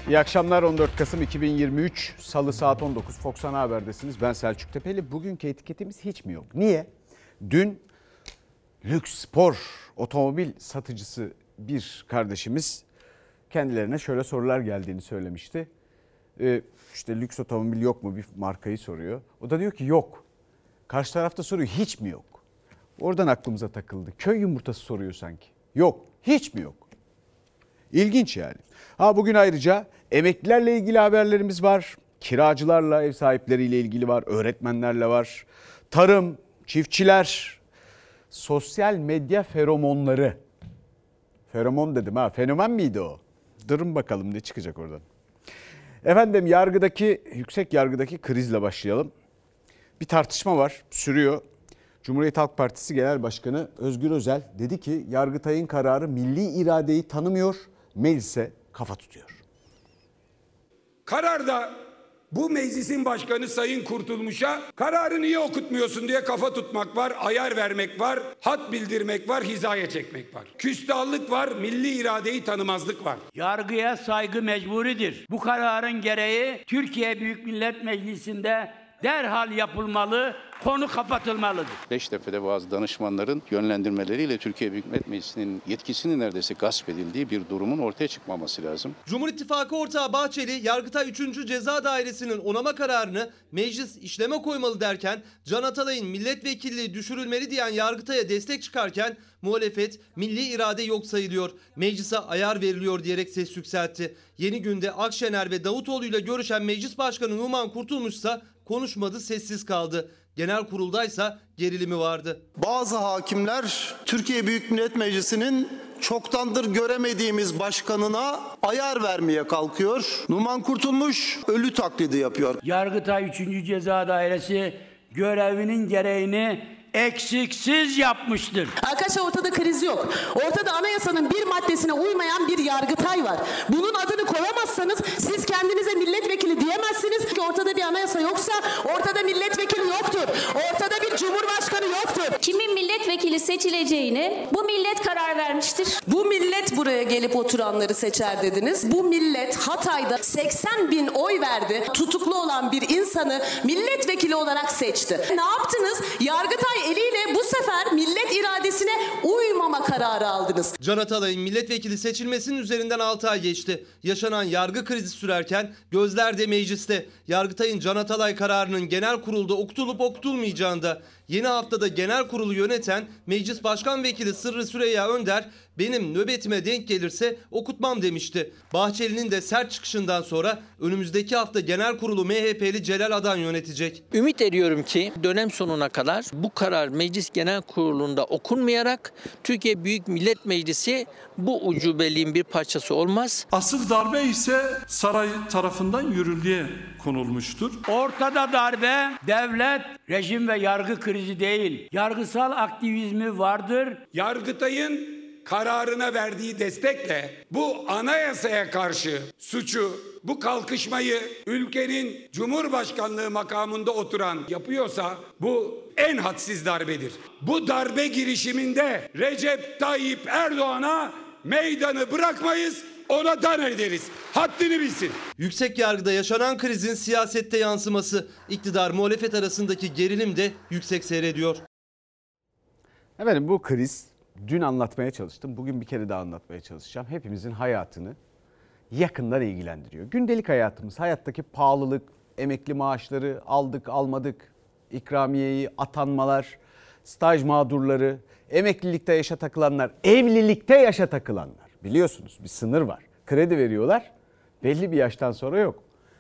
İyi akşamlar. 14 Kasım 2023 Salı saat 19 Fox Ana Haber'desiniz. Ben Selçuk Tepeli. Bugünkü etiketimiz hiç mi yok? Niye? Dün lüks spor otomobil satıcısı bir kardeşimiz kendilerine şöyle sorular geldiğini söylemişti. İşte lüks otomobil yok mu, bir markayı soruyor. O da diyor ki yok. Karşı tarafta soruyor hiç mi yok? Oradan aklımıza takıldı. Köy yumurtası soruyor sanki. Yok. Hiç mi yok? İlginç yani. Bugün ayrıca emeklilerle ilgili haberlerimiz var. Kiracılarla, ev sahipleriyle ilgili var. Öğretmenlerle var. Tarım, çiftçiler, sosyal medya feromonları. Feromon dedim ha. Fenomen miydi o? Durun bakalım ne çıkacak oradan. Efendim yüksek yargıdaki krizle başlayalım. Bir tartışma var, sürüyor. Cumhuriyet Halk Partisi Genel Başkanı Özgür Özel dedi ki Yargıtay'ın kararı milli iradeyi tanımıyor, meclise kafa tutuyor. Kararda bu meclisin başkanı Sayın Kurtulmuş'a kararı niye okutmuyorsun diye kafa tutmak var, ayar vermek var, hat bildirmek var, hizaya çekmek var. Küstahlık var, milli iradeyi tanımazlık var. Yargıya saygı mecburidir. Bu kararın gereği Türkiye Büyük Millet Meclisi'nde derhal yapılmalı, konu kapatılmalıdır. Beştepe'de bazı danışmanların yönlendirmeleriyle Türkiye Büyük Millet Meclisi'nin yetkisinin neredeyse gasp edildiği bir durumun ortaya çıkmaması lazım. Cumhur İttifakı ortağı Bahçeli, Yargıtay 3. Ceza Dairesi'nin onama kararını meclis işleme koymalı derken, Can Atalay'ın milletvekilliği düşürülmeli diyen Yargıtay'a destek çıkarken, muhalefet milli irade yok sayılıyor, meclise ayar veriliyor diyerek ses yükseltti. Yeni Günde Akşener ve Davutoğlu ile görüşen Meclis Başkanı Numan Kurtulmuş ise konuşmadı, sessiz kaldı. Genel kuruldaysa gerilimi vardı. Bazı hakimler Türkiye Büyük Millet Meclisi'nin çoktandır göremediğimiz başkanına ayar vermeye kalkıyor. Numan Kurtulmuş ölü taklidi yapıyor. Yargıtay 3. Ceza Dairesi görevinin gereğini eksiksiz yapmıştır. Arkadaşlar ortada kriz yok. Ortada anayasanın bir maddesine uymayan bir Yargıtay var. Bunun adını koyamazsanız siz kendinize milletvekili diyemezsiniz ki ortada bir anayasa yoksa ortada milletvekili yoktur. Ortada bir cumhurbaşkanı yoktur. Kimin milletvekili seçileceğini bu millet karar vermiştir. Bu millet buraya gelip oturanları seçer dediniz. Bu millet Hatay'da 80 bin oy verdi. Tutuklu olan bir insanı milletvekili olarak seçti. Ne yaptınız? Yargıtay eliyle bu sefer millet iradesine uymama kararı aldınız. Can Atalay'ın milletvekili seçilmesinin üzerinden 6 ay geçti. Yaşanan yargı krizi sürerken gözler de mecliste. Yargıtay'ın Can Atalay kararının genel kurulda okutulup okutulmayacağında. Yeni haftada genel kurulu yöneten Meclis Başkan Vekili Sırrı Süreyya Önder, benim nöbetime denk gelirse okutmam demişti. Bahçeli'nin de sert çıkışından sonra önümüzdeki hafta genel kurulu MHP'li Celal Adan yönetecek. Ümit ediyorum ki dönem sonuna kadar bu karar Meclis Genel Kurulu'nda okunmayarak Türkiye Büyük Millet Meclisi bu ucubeliğin bir parçası olmaz. Asıl darbe ise saray tarafından yürürlüğe konulmuştur. Ortada darbe, devlet, rejim ve yargı krizi değil, yargısal aktivizmi vardır. Yargıtay'ın kararına verdiği destekle bu anayasaya karşı suçu, bu kalkışmayı ülkenin Cumhurbaşkanlığı makamında oturan yapıyorsa bu en hadsiz darbedir. Bu darbe girişiminde Recep Tayyip Erdoğan'a meydanı bırakmayız, ona dan ederiz. Haddini bilsin. Yüksek yargıda yaşanan krizin siyasette yansıması, iktidar muhalefet arasındaki gerilim de yüksek seyrediyor. Efendim bu kriz dün anlatmaya çalıştım. Bugün bir kere daha anlatmaya çalışacağım. Hepimizin hayatını yakından ilgilendiriyor. Gündelik hayatımız, hayattaki pahalılık, emekli maaşları aldık almadık, ikramiyeyi, atanmalar, staj mağdurları, emeklilikte yaşa takılanlar, evlilikte yaşa takılanlar. Biliyorsunuz bir sınır var. Kredi veriyorlar. Belli bir yaştan sonra yok.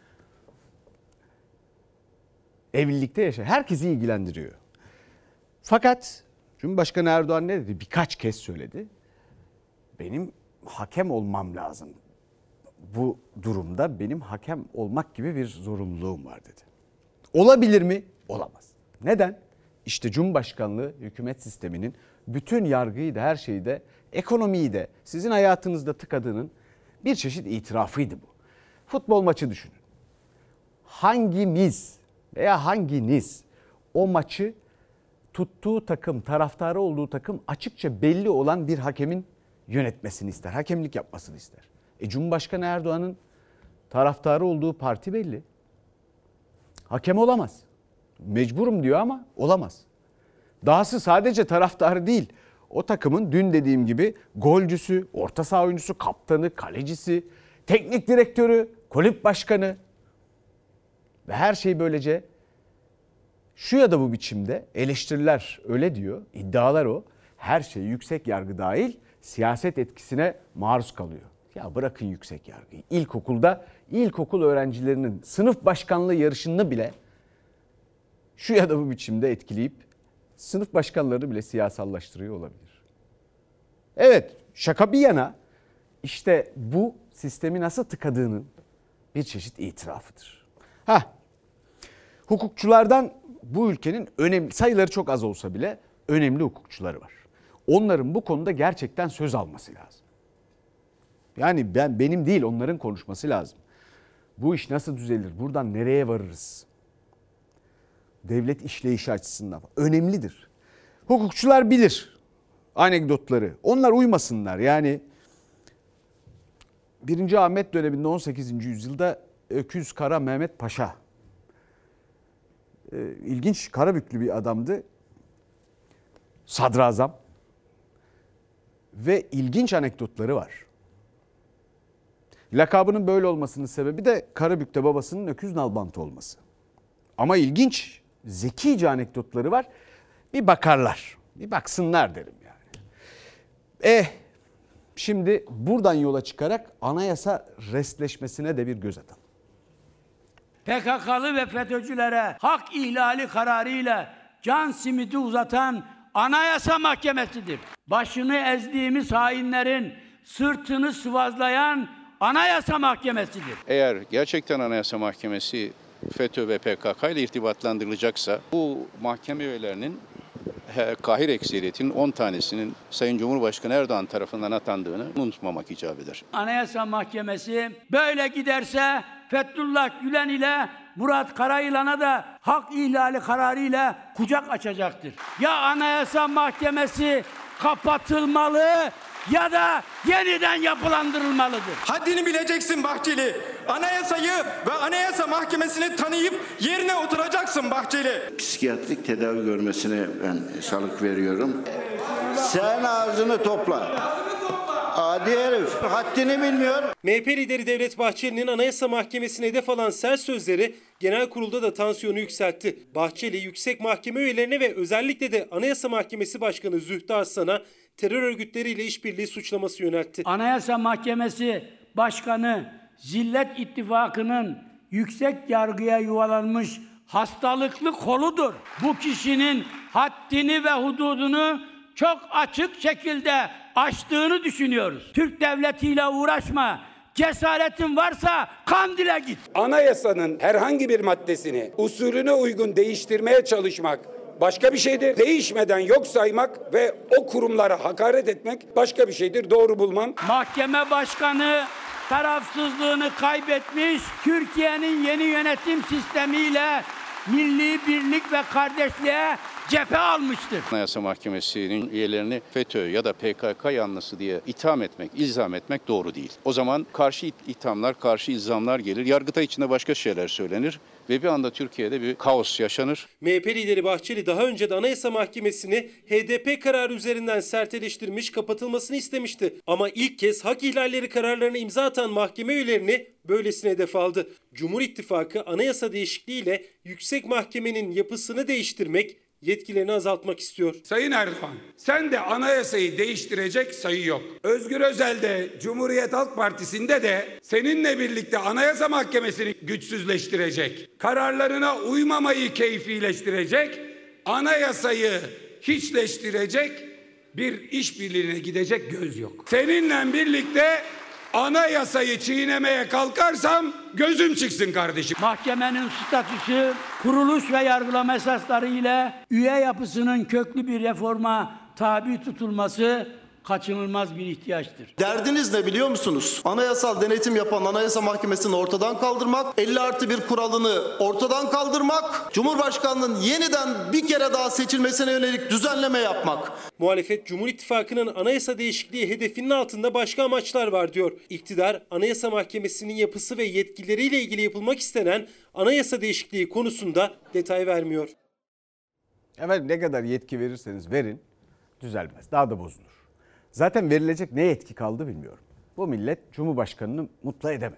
Evlilikte yaşa. Herkesi ilgilendiriyor. Fakat Cumhurbaşkanı Erdoğan ne dedi? Birkaç kez söyledi. Benim hakem olmam lazım. Bu durumda benim hakem olmak gibi bir zorunluluğum var dedi. Olabilir mi? Olamaz. Neden? İşte Cumhurbaşkanlığı hükümet sisteminin bütün yargıyı da her şeyi de ekonomiyi de sizin hayatınızda tıkadığının bir çeşit itirafıydı bu. Futbol maçı düşünün. Hangimiz veya hanginiz o maçı tuttuğu takım, taraftarı olduğu takım açıkça belli olan bir hakemin yönetmesini ister, hakemlik yapmasını ister. Cumhurbaşkanı Erdoğan'ın Taraftarı olduğu parti belli. Hakem olamaz. Mecburum diyor ama olamaz. Dahası sadece taraftarı değil. O takımın dün dediğim gibi golcüsü, orta saha oyuncusu, kaptanı, kalecisi, teknik direktörü, kulüp başkanı ve her şey böylece şu ya da bu biçimde eleştiriler öyle diyor, iddialar o. Her şey yüksek yargı dahil siyaset etkisine maruz kalıyor. Ya bırakın yüksek yargıyı. İlkokulda ilkokul öğrencilerinin sınıf başkanlığı yarışını bile şu ya da bu biçimde etkileyip sınıf başkanlarını bile siyasallaştırıyor olabilir. Evet, şaka bir yana işte bu sistemi nasıl tıkadığının bir çeşit itirafıdır. Hukukçulardan bu ülkenin önemli, sayıları çok az olsa bile önemli hukukçuları var. Onların bu konuda gerçekten söz alması lazım. Yani benim değil, onların konuşması lazım. Bu iş nasıl düzelir? Buradan nereye varırız? Devlet işleyişi açısından önemlidir. Hukukçular bilir anekdotları. Onlar uymasınlar. Yani 1. Ahmet döneminde 18. yüzyılda Öküz Kara Mehmet Paşa, ilginç Karabüklü bir adamdı. Sadrazam. Ve ilginç anekdotları var. Lakabının böyle olmasının sebebi de Karabük'te babasının öküz nalbantı olması. Ama ilginç, zekice anekdotları var. Bir bakarlar, bir baksınlar derim yani. Şimdi buradan yola çıkarak anayasa restleşmesine de bir göz atalım. PKK'lı ve FETÖ'cülere hak ihlali kararıyla can simidi uzatan Anayasa Mahkemesi'dir. Başını ezdiğimiz hainlerin sırtını sıvazlayan Anayasa Mahkemesi'dir. Eğer gerçekten Anayasa Mahkemesi FETÖ ve PKK ile irtibatlandırılacaksa bu mahkeme üyelerinin kahir ekseriyetinin 10 tanesinin Sayın Cumhurbaşkanı Erdoğan tarafından atandığını unutmamak icap eder. Anayasa Mahkemesi böyle giderse Fethullah Gülen ile Murat Karayılan'a da hak ihlali kararıyla kucak açacaktır. Ya Anayasa Mahkemesi kapatılmalı ya da yeniden yapılandırılmalıdır. Haddini bileceksin Bahçeli. Anayasayı ve Anayasa Mahkemesi'ni tanıyıp yerine oturacaksın Bahçeli. Psikiyatrik tedavi görmesine ben salık veriyorum. Sen ağzını topla. Adi herif, haddini bilmiyor. MHP lideri Devlet Bahçeli'nin Anayasa Mahkemesi'ne hedef alan sert sözleri genel kurulda da tansiyonu yükseltti. Bahçeli yüksek mahkeme üyelerine ve özellikle de Anayasa Mahkemesi Başkanı Zühtü Aslan'a terör örgütleriyle işbirliği suçlaması yöneltti. Anayasa Mahkemesi Başkanı Zillet İttifakı'nın yüksek yargıya yuvalanmış hastalıklı koludur. Bu kişinin haddini ve hududunu çok açık şekilde aştığını düşünüyoruz. Türk devletiyle uğraşma. Cesaretin varsa Kandil'e git. Anayasanın herhangi bir maddesini usulüne uygun değiştirmeye çalışmak başka bir şeydir. Değişmeden yok saymak ve o kurumlara hakaret etmek başka bir şeydir. Doğru bulmam. Mahkeme başkanı tarafsızlığını kaybetmiş, Türkiye'nin yeni yönetim sistemiyle milli birlik ve kardeşliğe cephe almıştır. Anayasa Mahkemesi'nin üyelerini FETÖ ya da PKK yanlısı diye itham etmek, ilzam etmek doğru değil. O zaman karşı ithamlar, karşı ilzamlar gelir. Yargıtay içinde başka şeyler söylenir ve bir anda Türkiye'de bir kaos yaşanır. MHP lideri Bahçeli daha önce de Anayasa Mahkemesi'ni HDP kararı üzerinden sert eleştirmiş, kapatılmasını istemişti. Ama ilk kez hak ihlalleri kararlarına imza atan mahkeme üyelerini böylesine hedef aldı. Cumhur İttifakı anayasa değişikliğiyle yüksek mahkemenin yapısını değiştirmek, yetkilerini azaltmak istiyor. Sayın Erdoğan, sen de anayasayı değiştirecek sayı yok. Özgür Özel de Cumhuriyet Halk Partisi'nde de seninle birlikte Anayasa Mahkemesi'ni güçsüzleştirecek, kararlarına uymamayı keyfileştirecek, anayasayı hiçleştirecek bir işbirliğine gidecek göz yok. Seninle birlikte anayasayı çiğnemeye kalkarsam gözüm çıksın kardeşim. Mahkemenin statüsü, kuruluş ve yargılama esasları ile üye yapısının köklü bir reforma tabi tutulması kaçınılmaz bir ihtiyaçtır. Derdiniz ne biliyor musunuz? Anayasal denetim yapan Anayasa Mahkemesi'ni ortadan kaldırmak, 50+1 kuralını ortadan kaldırmak, Cumhurbaşkanlığının yeniden bir kere daha seçilmesine yönelik düzenleme yapmak. Muhalefet, Cumhur İttifakı'nın anayasa değişikliği hedefinin altında başka amaçlar var diyor. İktidar, Anayasa Mahkemesi'nin yapısı ve yetkileriyle ilgili yapılmak istenen anayasa değişikliği konusunda detay vermiyor. Efendim ne kadar yetki verirseniz verin düzelmez. Daha da bozulur. Zaten verilecek ne yetki kaldı bilmiyorum. Bu millet Cumhurbaşkanı'nı mutlu edemedi.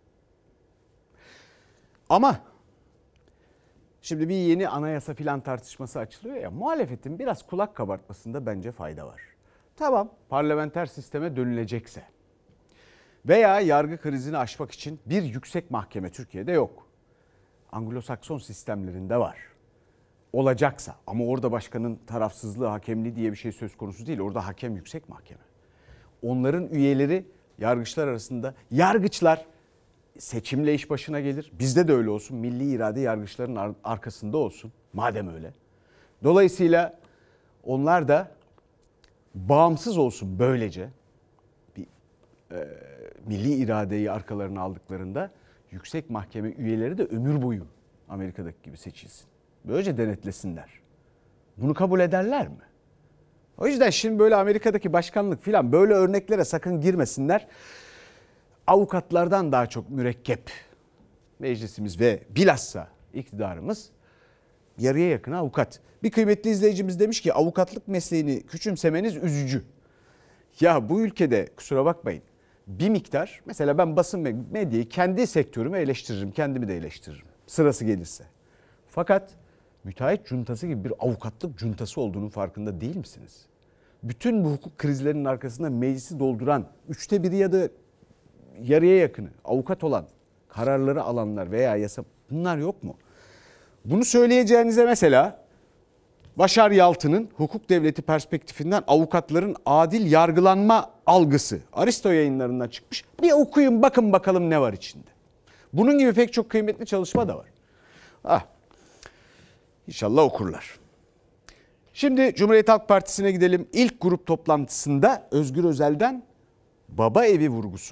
Ama şimdi bir yeni anayasa filan tartışması açılıyor ya, muhalefetin biraz kulak kabartmasında bence fayda var. Tamam, parlamenter sisteme dönülecekse veya yargı krizini aşmak için bir yüksek mahkeme Türkiye'de yok. Anglo-Sakson sistemlerinde var. Olacaksa, ama orada başkanın tarafsızlığı, hakemliği diye bir şey söz konusu değil. Orada hakem yüksek mahkeme. Onların üyeleri yargıçlar arasında, yargıçlar seçimle iş başına gelir. Bizde de öyle olsun. Milli irade yargıçların arkasında olsun. Madem öyle. Dolayısıyla onlar da bağımsız olsun böylece. Bir milli iradeyi arkalarına aldıklarında yüksek mahkeme üyeleri de ömür boyu Amerika'daki gibi seçilsin. Böylece denetlesinler. Bunu kabul ederler mi? O yüzden şimdi böyle Amerika'daki başkanlık filan böyle örneklere sakın girmesinler. Avukatlardan daha çok mürekkep meclisimiz ve bilhassa iktidarımız, yarıya yakın avukat. Bir kıymetli izleyicimiz demiş ki avukatlık mesleğini küçümsemeniz üzücü. Ya bu ülkede kusura bakmayın bir miktar, mesela ben basın medyayı kendi sektörümü eleştiririm, kendimi de eleştiririm sırası gelirse. Fakat müteahhit cuntası gibi bir avukatlık cuntası olduğunun farkında değil misiniz? Bütün bu hukuk krizlerinin arkasında meclisi dolduran 1/3 ya da yarıya yakını avukat olan, kararları alanlar veya yasa, bunlar yok mu? Bunu söyleyeceğinize mesela Başar Yalçın'ın hukuk devleti perspektifinden avukatların adil yargılanma algısı Aristo yayınlarından çıkmış. Bir okuyun bakın bakalım ne var içinde. Bunun gibi pek çok kıymetli çalışma da var. İnşallah okurlar. Şimdi Cumhuriyet Halk Partisi'ne gidelim. İlk grup toplantısında Özgür Özel'den baba evi vurgusu.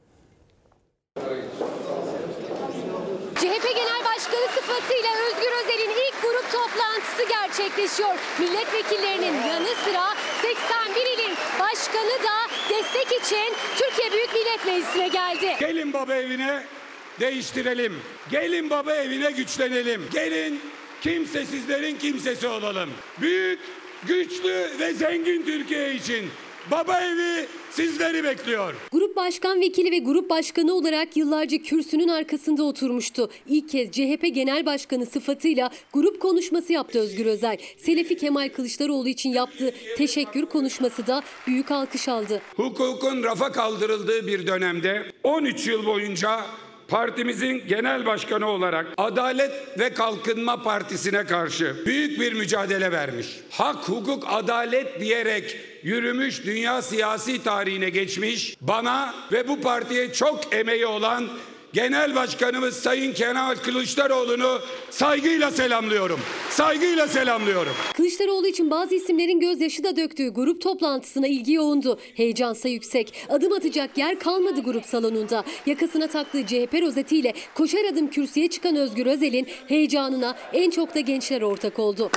CHP Genel Başkanı sıfatıyla Özgür Özel'in ilk grup toplantısı gerçekleşiyor. Milletvekillerinin yanı sıra 81 ilin başkanı da destek için Türkiye Büyük Millet Meclisi'ne geldi. Gelin baba evine değiştirelim. Gelin baba evine güçlenelim. Gelin kimsesizlerin kimsesi olalım. Büyük, güçlü ve zengin Türkiye için baba evi sizleri bekliyor. Grup başkan vekili ve grup başkanı olarak yıllarca kürsünün arkasında oturmuştu. İlk kez CHP Genel Başkanı sıfatıyla grup konuşması yaptı Özgür Özel. Selefi Kemal Kılıçdaroğlu için yaptığı teşekkür konuşması da büyük alkış aldı. Hukukun rafa kaldırıldığı bir dönemde 13 yıl boyunca partimizin genel başkanı olarak Adalet ve Kalkınma Partisi'ne karşı büyük bir mücadele vermiş. Hak, hukuk, adalet diyerek yürümüş, dünya siyasi tarihine geçmiş, bana ve bu partiye çok emeği olan Genel Başkanımız Sayın Kemal Kılıçdaroğlu'nu saygıyla selamlıyorum. Saygıyla selamlıyorum. Kılıçdaroğlu için bazı isimlerin gözyaşı da döktüğü grup toplantısına ilgi yoğundu. Heyecansa yüksek. Adım atacak yer kalmadı grup salonunda. Yakasına taktığı CHP rozetiyle koşar adım kürsüye çıkan Özgür Özel'in heyecanına en çok da gençler ortak oldu.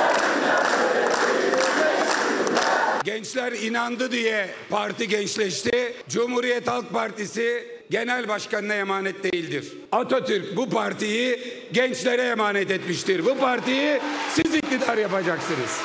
Gençler inandı diye parti gençleşti. Cumhuriyet Halk Partisi genel başkanına emanet değildir. Atatürk bu partiyi gençlere emanet etmiştir. Bu partiyi siz iktidar yapacaksınız.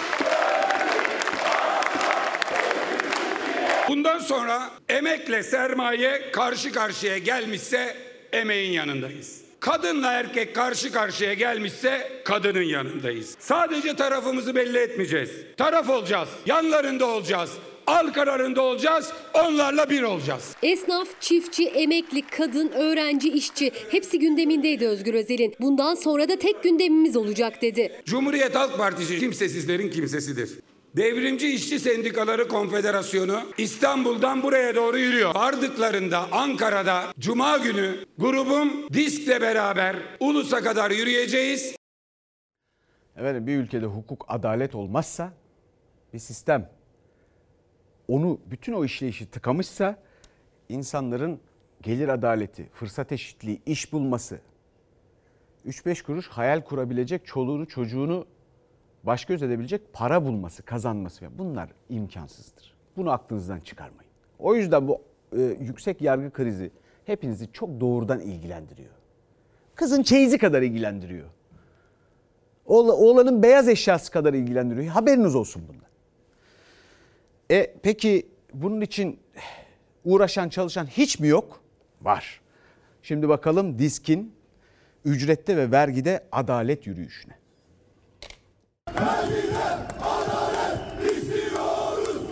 Bundan sonra emekle sermaye karşı karşıya gelmişse emeğin yanındayız. Kadınla erkek karşı karşıya gelmişse kadının yanındayız. Sadece tarafımızı belli etmeyeceğiz. Taraf olacağız. Yanlarında olacağız. Al kararında olacağız, onlarla bir olacağız. Esnaf, çiftçi, emekli, kadın, öğrenci, işçi hepsi gündemindeydi Özgür Özel'in. Bundan sonra da tek gündemimiz olacak dedi. Cumhuriyet Halk Partisi kimsesizlerin kimsesidir. Devrimci İşçi Sendikaları Konfederasyonu İstanbul'dan buraya doğru yürüyor. Vardıklarında Ankara'da Cuma günü grubum DİSK'le beraber Ulus'a kadar yürüyeceğiz. Efendim bir ülkede hukuk, adalet olmazsa bir sistem bütün o işleyişi tıkamışsa insanların gelir adaleti, fırsat eşitliği, iş bulması, 3-5 kuruş hayal kurabilecek, çoluğunu çocuğunu baş göz edebilecek para bulması, kazanması, bunlar imkansızdır. Bunu aklınızdan çıkarmayın. O yüzden bu yüksek yargı krizi hepinizi çok doğrudan ilgilendiriyor. Kızın çeyizi kadar ilgilendiriyor. Oğlanın beyaz eşyası kadar ilgilendiriyor. Haberiniz olsun bundan. Peki bunun için uğraşan, çalışan hiç mi yok? Var. Şimdi bakalım DİSK'in ücrette ve vergide adalet yürüyüşüne. Vergide adalet istiyoruz.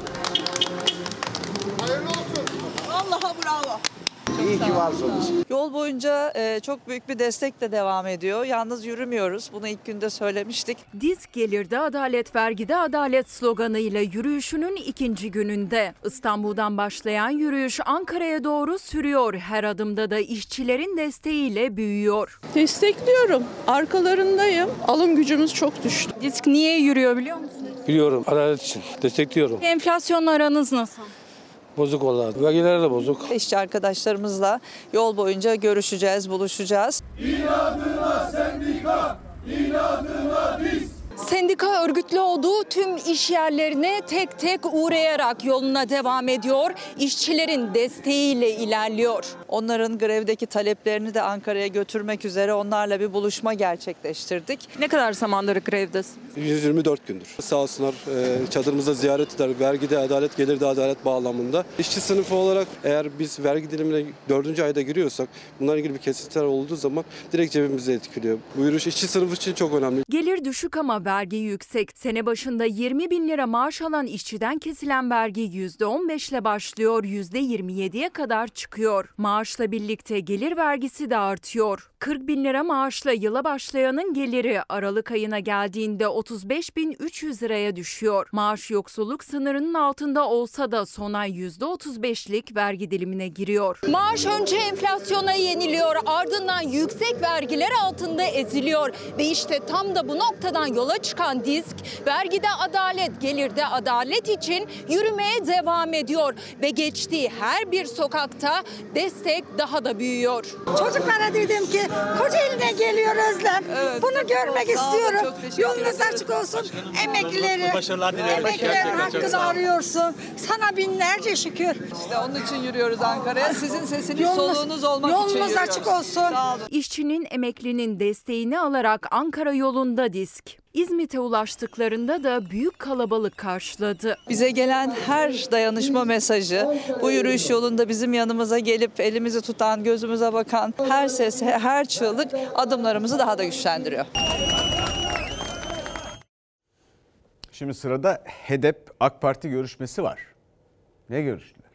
Hayırlı olsun. Vallahi bravo. İyi ki varsınız. Yol boyunca çok büyük bir destekle devam ediyor. Yalnız yürümüyoruz. Bunu ilk günde söylemiştik. DİSK gelirde adalet, vergide adalet sloganıyla yürüyüşünün ikinci gününde. İstanbul'dan başlayan yürüyüş Ankara'ya doğru sürüyor. Her adımda da işçilerin desteğiyle büyüyor. Destekliyorum. Arkalarındayım. Alım gücümüz çok düştü. DİSK niye yürüyor biliyor musunuz? Biliyorum, adalet için. Destekliyorum. Enflasyonla aranız nasıl? Bozuk vallahi. Vergiler de bozuk. İşçi arkadaşlarımızla yol boyunca görüşeceğiz, buluşacağız. İnadına sendika, inadına DİSK. Sendika örgütlü olduğu tüm iş yerlerine tek tek uğrayarak yoluna devam ediyor. İşçilerin desteğiyle ilerliyor. Onların grevdeki taleplerini de Ankara'ya götürmek üzere onlarla bir buluşma gerçekleştirdik. Ne kadar zamandır grevdesiniz? 124 gündür. Sağ olsunlar çadırımızda ziyaret eder. Vergide adalet, gelirde adalet bağlamında. İşçi sınıfı olarak eğer biz vergi dilimine 4. ayda giriyorsak bunlarla ilgili bir kesitler olduğu zaman direkt cebimize etkiliyor. Bu yürüyüş işçi sınıfı için çok önemli. Gelir düşük ama vergi yüksek. Sene başında 20 bin lira maaş alan işçiden kesilen vergi %15 ile başlıyor, %27'ye kadar çıkıyor. Maaşla birlikte gelir vergisi de artıyor. 40 bin lira maaşla yıla başlayanın geliri Aralık ayına geldiğinde 35.300 liraya düşüyor. Maaş yoksulluk sınırının altında olsa da son ay %35'lik vergi dilimine giriyor. Maaş önce enflasyona yeniliyor, ardından yüksek vergiler altında eziliyor. Ve işte tam da bu noktadan yola çıkan DİSK, vergide adalet, gelirde adalet için yürümeye devam ediyor. Ve geçtiği her bir sokakta destek daha da büyüyor. Çocuklara dedim ki Kocaeli'ne geliyor Özlem. Evet. Bunu görmek Sağ olun, istiyorum. çok teşekkür Yolunuz ederim. açık olsun. Başarılar dilerim. Emeklilerin Gerçekten çok hakkını sağ olun. arıyorsun. Sana binlerce şükür. İşte onun için yürüyoruz Ankara'ya. Sizin sesiniz, soluğunuz olmak için yolunuz yürüyoruz. açık olsun. Sağ olun. İşçinin, emeklinin desteğini alarak Ankara yolunda DİSK. İzmit'e ulaştıklarında da büyük kalabalık karşıladı. Bize gelen her dayanışma mesajı, bu yürüyüş yolunda bizim yanımıza gelip elimizi tutan, gözümüze bakan her ses, her çığlık adımlarımızı daha da güçlendiriyor. Şimdi sırada HDP AK Parti görüşmesi var. Ne görüştüler?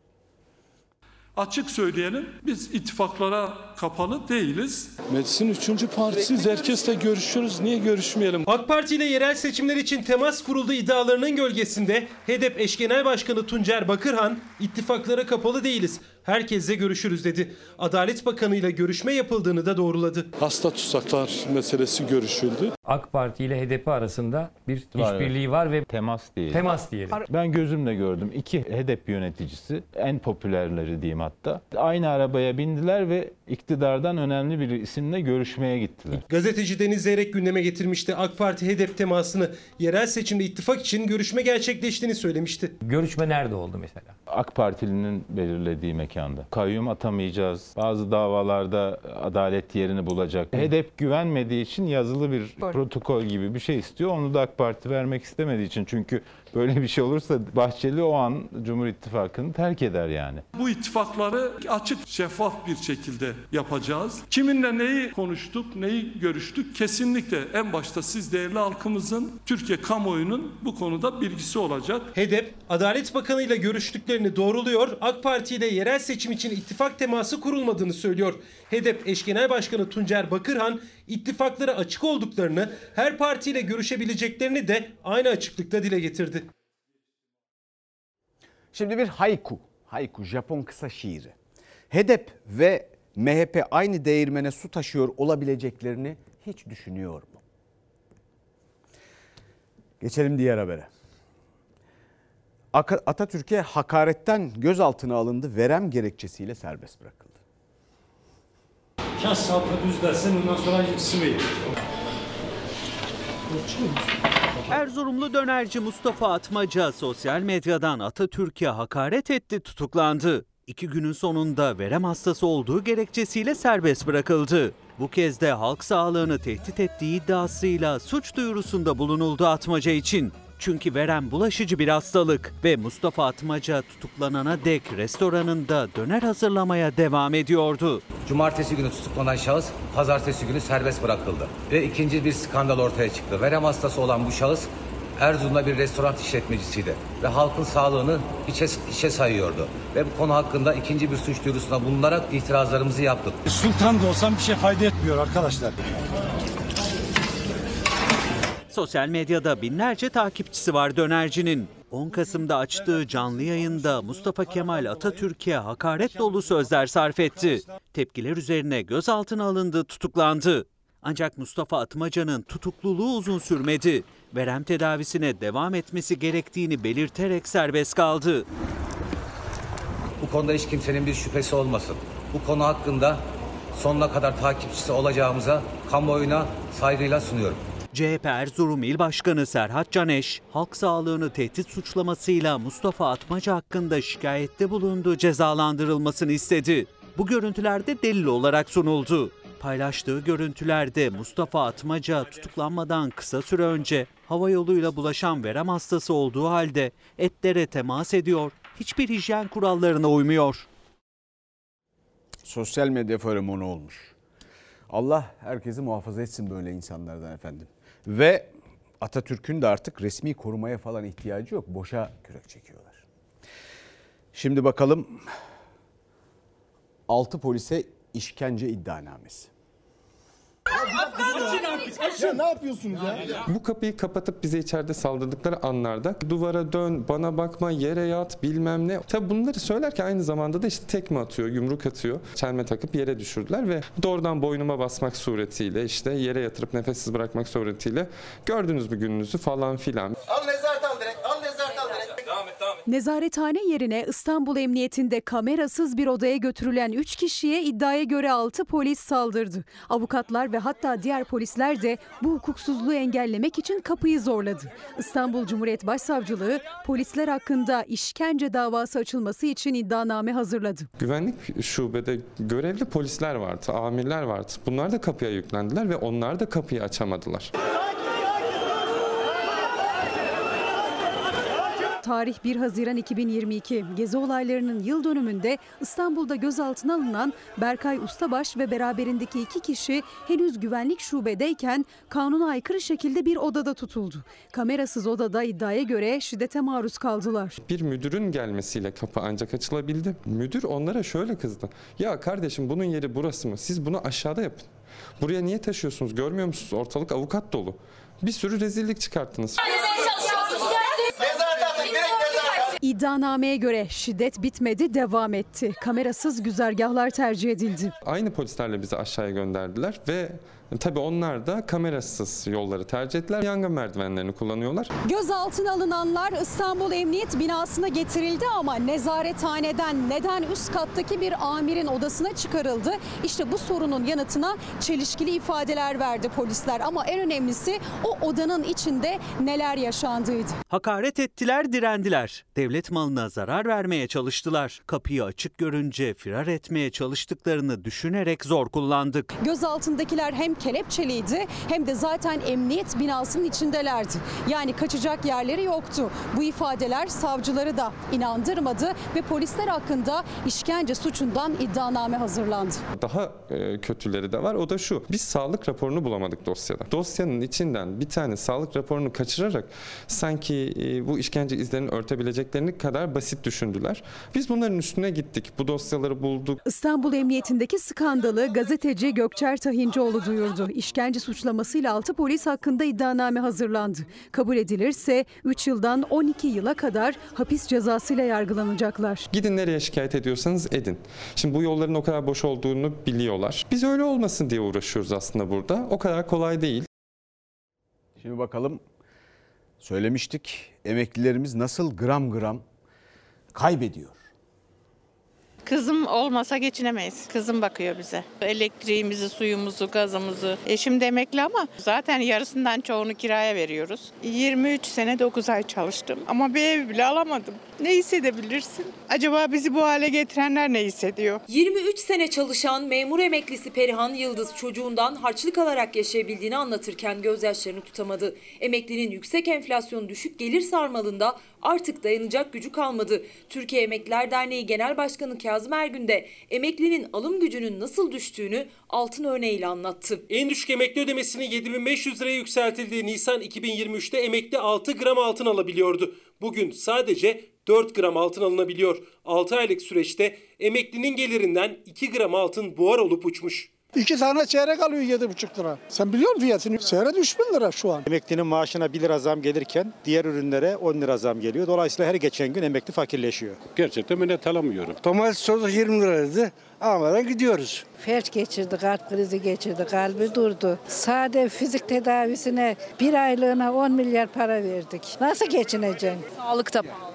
Açık söyleyelim, biz ittifaklara kapalı değiliz. Meclisin 3. partisiyiz. Herkesle görüşüyoruz. Niye görüşmeyelim? AK Parti ile yerel seçimler için temas kurulduğu iddialarının gölgesinde HDP eş genel başkanı Tuncer Bakırhan, ittifaklara kapalı değiliz, herkesle görüşürüz dedi. Adalet Bakanı ile görüşme yapıldığını da doğruladı. Hasta tutsaklar meselesi görüşüldü. AK Parti ile HDP arasında bir işbirliği var ve temas değil. Temas diyelim. Ben gözümle gördüm. 2 HDP yöneticisi, en popülerleri diyeyim hatta, aynı arabaya bindiler ve iktidardan önemli bir isimle görüşmeye gittiler. Gazeteci Deniz Zeyrek gündeme getirmişti. AK Parti HDP temasını, yerel seçimde ittifak için görüşme gerçekleştiğini söylemişti. Görüşme nerede oldu mesela? AK Partili'nin belirlediği mekanda. Kayyum atamayacağız. Bazı davalarda adalet yerini bulacak. HDP güvenmediği için yazılı bir protokol gibi bir şey istiyor. Onu da AK Parti vermek istemediği için. Çünkü böyle bir şey olursa Bahçeli o an Cumhur İttifakı'nı terk eder yani. Bu ittifakları açık, şeffaf bir şekilde yapacağız. Kiminle neyi konuştuk, neyi görüştük? Kesinlikle en başta siz değerli halkımızın, Türkiye kamuoyunun bu konuda bilgisi olacak. HDP, Adalet Bakanı ile görüştüklerini doğruluyor. AK Parti ile yerel seçim için ittifak teması kurulmadığını söylüyor. HDP eş genel başkanı Tuncer Bakırhan, ittifaklara açık olduklarını, her partiyle görüşebileceklerini de aynı açıklıkta dile getirdi. Şimdi bir haiku. Haiku, Japon kısa şiiri. HDP ve MHP aynı değirmene su taşıyor olabileceklerini hiç düşünüyor mu? Geçelim diğer habere. Atatürk'e hakaretten gözaltına alındı, verem gerekçesiyle serbest bırakıldı. Kaç sapı düzlesin, ondan sonra isim verir. Erzurumlu dönerci Mustafa Atmaca sosyal medyadan Atatürk'e hakaret etti, tutuklandı. 2 günün sonunda verem hastası olduğu gerekçesiyle serbest bırakıldı. Bu kez de halk sağlığını tehdit ettiği iddiasıyla suç duyurusunda bulunuldu Atmaca için. Çünkü verem bulaşıcı bir hastalık ve Mustafa Atmaca tutuklanana dek restoranında döner hazırlamaya devam ediyordu. Cumartesi günü tutuklanan şahıs pazartesi günü serbest bırakıldı ve ikinci bir skandal ortaya çıktı. Verem hastası olan bu şahıs Erzurum'da bir restoran işletmecisiydi ve halkın sağlığını hiçe sayıyordu. Ve bu konu hakkında ikinci bir suç duyurusuna bulunarak itirazlarımızı yaptık. Sultan da olsam bir şey fayda etmiyor arkadaşlar. Sosyal medyada binlerce takipçisi var dönercinin. 10 Kasım'da açtığı canlı yayında Mustafa Kemal Atatürk'e hakaret dolu sözler sarf etti. Tepkiler üzerine gözaltına alındı, tutuklandı. Ancak Mustafa Atmaca'nın tutukluluğu uzun sürmedi. Verem tedavisine devam etmesi gerektiğini belirterek serbest kaldı. Bu konuda hiç kimsenin bir şüphesi olmasın. Bu konu hakkında sonuna kadar takipçisi olacağımıza kamuoyuna saygıyla sunuyorum. CHP Erzurum İl Başkanı Serhat Caneş, halk sağlığını tehdit suçlamasıyla Mustafa Atmaca hakkında şikayette bulunduğu cezalandırılmasını istedi. Bu görüntüler de delil olarak sunuldu. Paylaştığı görüntülerde Mustafa Atmaca tutuklanmadan kısa süre önce hava yoluyla bulaşan verem hastası olduğu halde etlere temas ediyor, hiçbir hijyen kurallarına uymuyor. Sosyal medya fenomeni olmuş. Allah herkesi muhafaza etsin böyle insanlardan efendim. Ve Atatürk'ün de artık resmi korumaya falan ihtiyacı yok. Boşa kürek çekiyorlar. Şimdi bakalım 6 polise işkence iddianamesi. Ya ne yapıyorsunuz ya? Bu kapıyı kapatıp bize içeride saldırdıkları anlarda duvara dön, bana bakma, yere yat, bilmem ne. Tabi bunları söylerken aynı zamanda da işte tekme atıyor, yumruk atıyor. Çelme takıp yere düşürdüler ve doğrudan boynuma basmak suretiyle işte yere yatırıp nefessiz bırakmak suretiyle gördünüz mü gününüzü falan filan. Al nezaret al direkt. Al nezaret al direkt. Devam et. Nezarethane yerine İstanbul Emniyetinde kamerasız bir odaya götürülen 3 kişiye iddiaya göre 6 polis saldırdı. Avukatlar ve hatta diğer polisler de bu hukuksuzluğu engellemek için kapıyı zorladı. İstanbul Cumhuriyet Başsavcılığı polisler hakkında işkence davası açılması için iddianame hazırladı. Güvenlik şubede görevli polisler vardı, amirler vardı. Bunlar da kapıya yüklendiler ve onlar da kapıyı açamadılar. Tarih 1 Haziran 2022. Gezi olaylarının yıl dönümünde İstanbul'da gözaltına alınan Berkay Ustabaş ve beraberindeki 2 kişi henüz güvenlik şubedeyken kanuna aykırı şekilde bir odada tutuldu. Kamerasız odada iddiaya göre şiddete maruz kaldılar. Bir müdürün gelmesiyle kapı ancak açılabildi. Müdür onlara şöyle kızdı. Ya kardeşim bunun yeri burası mı? Siz bunu aşağıda yapın. Buraya niye taşıyorsunuz? Görmüyor musunuz? Ortalık avukat dolu. Bir sürü rezillik çıkarttınız. İddianameye göre şiddet bitmedi, devam etti. Kamerasız güzergahlar tercih edildi. Aynı polislerle bizi aşağıya gönderdiler ve tabii onlar da kamerasız yolları tercih ettiler. Yangın merdivenlerini kullanıyorlar. Gözaltına alınanlar İstanbul Emniyet binasına getirildi ama nezarethaneden neden üst kattaki bir amirin odasına çıkarıldı? İşte bu sorunun yanıtına çelişkili ifadeler verdi polisler ama en önemlisi o odanın içinde neler yaşandığıydı. Hakaret ettiler, direndiler. Devlet malına zarar vermeye çalıştılar. Kapıyı açık görünce firar etmeye çalıştıklarını düşünerek zor kullandık. Gözaltındakiler hem kelepçeliydi hem de zaten emniyet binasının içindelerdi. Yani kaçacak yerleri yoktu. Bu ifadeler savcıları da inandırmadı ve polisler hakkında işkence suçundan iddianame hazırlandı. Daha kötüleri de var. O da şu. Biz sağlık raporunu bulamadık dosyada. Dosyanın içinden bir tane sağlık raporunu kaçırarak sanki bu işkence izlerini örtebileceklerini kadar basit düşündüler. Biz bunların üstüne gittik. Bu dosyaları bulduk. İstanbul Emniyetindeki skandalı gazeteci Gökçer Tahincioğlu duyurdu. İşkence suçlamasıyla 6 polis hakkında iddianame hazırlandı. Kabul edilirse 3 yıldan 12 yıla kadar hapis cezasıyla yargılanacaklar. Gidin nereye şikayet ediyorsanız edin. Şimdi bu yolların o kadar boş olduğunu biliyorlar. Biz öyle olmasın diye uğraşıyoruz aslında burada. O kadar kolay değil. Şimdi bakalım Söylemiştik, emeklilerimiz nasıl gram gram kaybediyor. Kızım olmasa geçinemeyiz. Kızım bakıyor bize. Elektriğimizi, suyumuzu, gazımızı. Eşim de emekli ama zaten yarısından çoğunu kiraya veriyoruz. 23 sene 9 ay çalıştım ama bir ev bile alamadım. Ne hissedebilirsin? Acaba bizi bu hale getirenler ne hissediyor? 23 sene çalışan memur emeklisi Perihan Yıldız çocuğundan harçlık alarak yaşayabildiğini anlatırken gözyaşlarını tutamadı. Emeklinin yüksek enflasyon düşük gelir sarmalında artık dayanacak gücü kalmadı. Türkiye Emekliler Derneği Genel Başkanı Kazım Ergün de emeklinin alım gücünün nasıl düştüğünü altın örneğiyle anlattı. En düşük emekli ödemesini 7.500 liraya yükseltildiği Nisan 2023'te emekli 6 gram altın alabiliyordu. Bugün sadece 4 gram altın alınabiliyor. 6 aylık süreçte emeklinin gelirinden 2 gram altın buhar olup uçmuş. 2 tane çeyrek alıyor 7,5 lira. Sen biliyor musun fiyatını? Çeyrek 3.000 lira şu an. Emeklinin maaşına 1 lira zam gelirken diğer ürünlere 10 lira zam geliyor. Dolayısıyla her geçen gün emekli fakirleşiyor. Gerçekten minnet alamıyorum. Domates çocuk 20 liraydı. Almadan gidiyoruz. Felç geçirdi, kalp krizi geçirdi, kalbi durdu. Sade fizik tedavisine bir aylığına 10 milyar para verdik. Nasıl geçineceksin? Sağlıkta pahalı.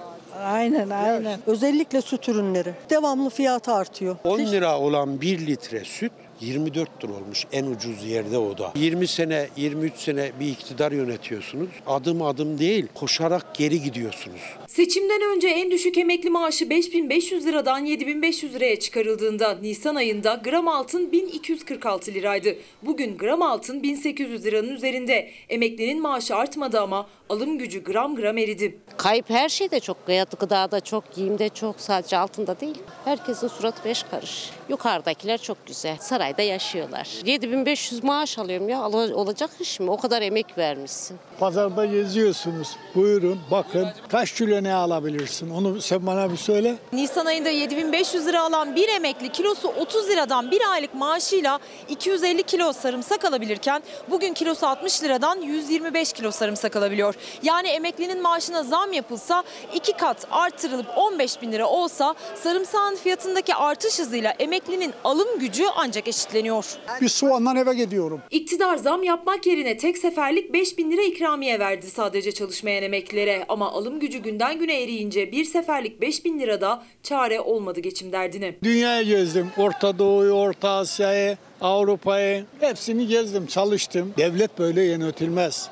Aynen. Özellikle süt ürünleri. Devamlı fiyatı artıyor. 10 lira olan 1 litre süt 24 lira olmuş en ucuz yerde o da. 20 sene, 23 sene bir iktidar yönetiyorsunuz. Adım adım değil, koşarak geri gidiyorsunuz. Seçimden önce en düşük emekli maaşı 5.500 liradan 7.500 liraya çıkarıldığında Nisan ayında gram altın 1246 liraydı. Bugün gram altın 1800 liranın üzerinde. Emeklinin maaşı artmadı ama alım gücü gram gram eridi. Kayıp her şeyde çok. Gıdada çok, giyimde çok, sadece altında değil. Herkesin suratı 5 karış. Yukarıdakiler çok güzel. Sarayda yaşıyorlar. 7.500 maaş alıyorum ya. Olacak iş mi? O kadar emek vermişsin. Pazarda geziyorsunuz. Buyurun bakın kaç kilo ne alabilirsin? Onu sen bana bir söyle. Nisan ayında 7.500 lira alan bir emekli kilosu 30 liradan bir aylık maaşıyla 250 kilo sarımsak alabilirken bugün kilosu 60 liradan 125 kilo sarımsak alabiliyor. Yani emeklinin maaşına zam yapılsa 2 kat artırılıp 15.000 lira olsa sarımsağın fiyatındaki artış hızıyla emeklinin alım gücü ancak eşitleniyor. Bir soğandan eve gidiyorum. İktidar zam yapmak yerine tek seferlik 5.000 lira ikramiye verdi sadece çalışmayan emeklilere. Ama alım gücü günden güne eriyince bir seferlik 5.000 lira da çare olmadı geçim derdine. Dünyayı gezdim. Orta Doğu'yu, Orta Asya'yı, Avrupa'yı hepsini gezdim, çalıştım. Devlet böyle yönetilmez.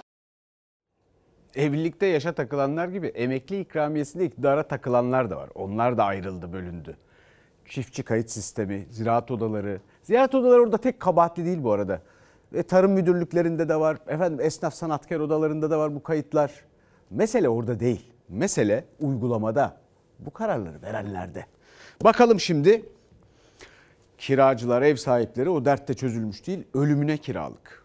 Evlilikte yaşa takılanlar gibi emekli ikramiyesinde iktidara takılanlar da var. Onlar da ayrıldı, bölündü. Çiftçi kayıt sistemi, ziraat odaları. Ziraat odaları orada tek kabahatli değil bu arada. Ve tarım müdürlüklerinde de var. Efendim esnaf sanatkar odalarında da var bu kayıtlar. Mesele orada değil. Mesele uygulamada. Bu kararları verenlerde. Bakalım şimdi kiracılar, ev sahipleri o dertte çözülmüş değil. Ölümüne kiralık.